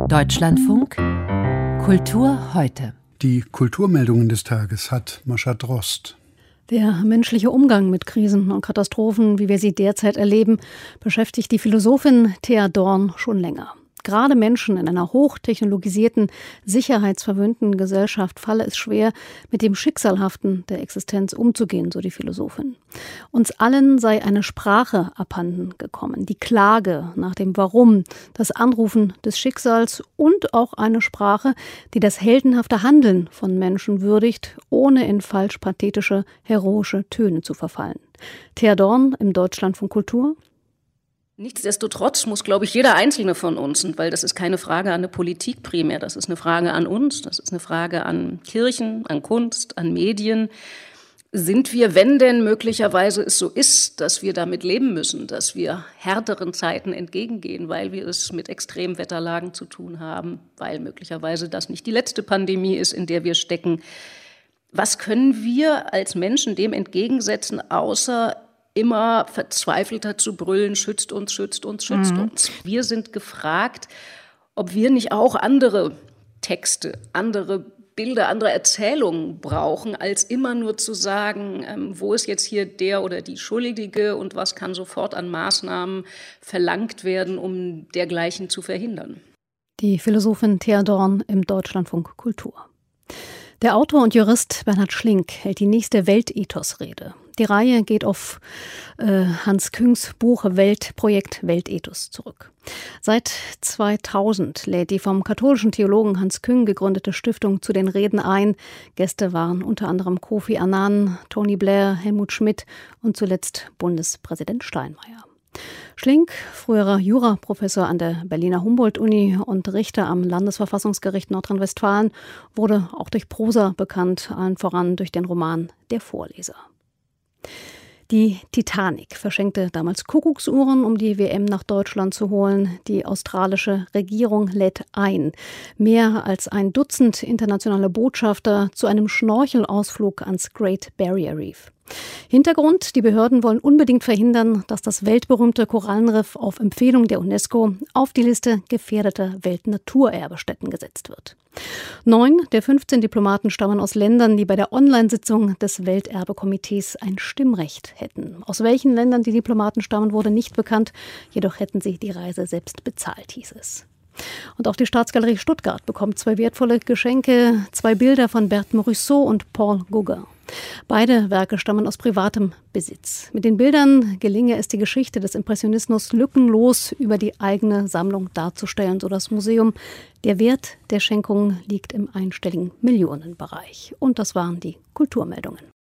Deutschlandfunk Kultur heute. Die Kulturmeldungen des Tages hat Mascha Drost. Der menschliche Umgang mit Krisen und Katastrophen, wie wir sie derzeit erleben, beschäftigt die Philosophin Thea Dorn schon länger. Gerade Menschen in einer hochtechnologisierten, sicherheitsverwöhnten Gesellschaft falle es schwer, mit dem Schicksalhaften der Existenz umzugehen, so die Philosophin. Uns allen sei eine Sprache abhanden gekommen, die Klage nach dem Warum, das Anrufen des Schicksals und auch eine Sprache, die das heldenhafte Handeln von Menschen würdigt, ohne in falsch pathetische, heroische Töne zu verfallen. Thea Dorn im Deutschlandfunk Kultur. Nichtsdestotrotz muss, glaube ich, jeder Einzelne von uns, weil das ist keine Frage an eine Politik primär, das ist eine Frage an uns, das ist eine Frage an Kirchen, an Kunst, an Medien. Sind wir, wenn denn möglicherweise es so ist, dass wir damit leben müssen, dass wir härteren Zeiten entgegengehen, weil wir es mit Extremwetterlagen zu tun haben, weil möglicherweise das nicht die letzte Pandemie ist, in der wir stecken. Was können wir als Menschen dem entgegensetzen, außer immer verzweifelter zu brüllen, schützt uns, schützt uns, schützt uns. Wir sind gefragt, ob wir nicht auch andere Texte, andere Bilder, andere Erzählungen brauchen, als immer nur zu sagen, wo ist jetzt hier der oder die Schuldige und was kann sofort an Maßnahmen verlangt werden, um dergleichen zu verhindern. Die Philosophin Thea Dorn im Deutschlandfunk Kultur. Der Autor und Jurist Bernhard Schlink hält die nächste Weltethos-Rede. Die Reihe geht auf Hans Küngs Buch Projekt Weltethos zurück. Seit 2000 lädt die vom katholischen Theologen Hans Küng gegründete Stiftung zu den Reden ein. Gäste waren unter anderem Kofi Annan, Tony Blair, Helmut Schmidt und zuletzt Bundespräsident Steinmeier. Schlink, früherer Juraprofessor an der Berliner Humboldt-Uni und Richter am Landesverfassungsgericht Nordrhein-Westfalen, wurde auch durch Prosa bekannt, allen voran durch den Roman Der Vorleser. Die Titanic verschenkte damals Kuckucksuhren, um die WM nach Deutschland zu holen. Die australische Regierung lädt ein. Mehr als ein Dutzend internationale Botschafter zu einem Schnorchelausflug ans Great Barrier Reef. Hintergrund: Die Behörden wollen unbedingt verhindern, dass das weltberühmte Korallenriff auf Empfehlung der UNESCO auf die Liste gefährdeter Weltnaturerbestätten gesetzt wird. 9 der 15 Diplomaten stammen aus Ländern, die bei der Online-Sitzung des Welterbekomitees ein Stimmrecht hätten. Aus welchen Ländern die Diplomaten stammen, wurde nicht bekannt. Jedoch hätten sie die Reise selbst bezahlt, hieß es. Und auch die Staatsgalerie Stuttgart bekommt 2 wertvolle Geschenke, 2 Bilder von Berthe Morisot und Paul Gauguin. Beide Werke stammen aus privatem Besitz. Mit den Bildern gelinge es, die Geschichte des Impressionismus lückenlos über die eigene Sammlung darzustellen, so das Museum. Der Wert der Schenkung liegt im einstelligen Millionenbereich. Und das waren die Kulturmeldungen.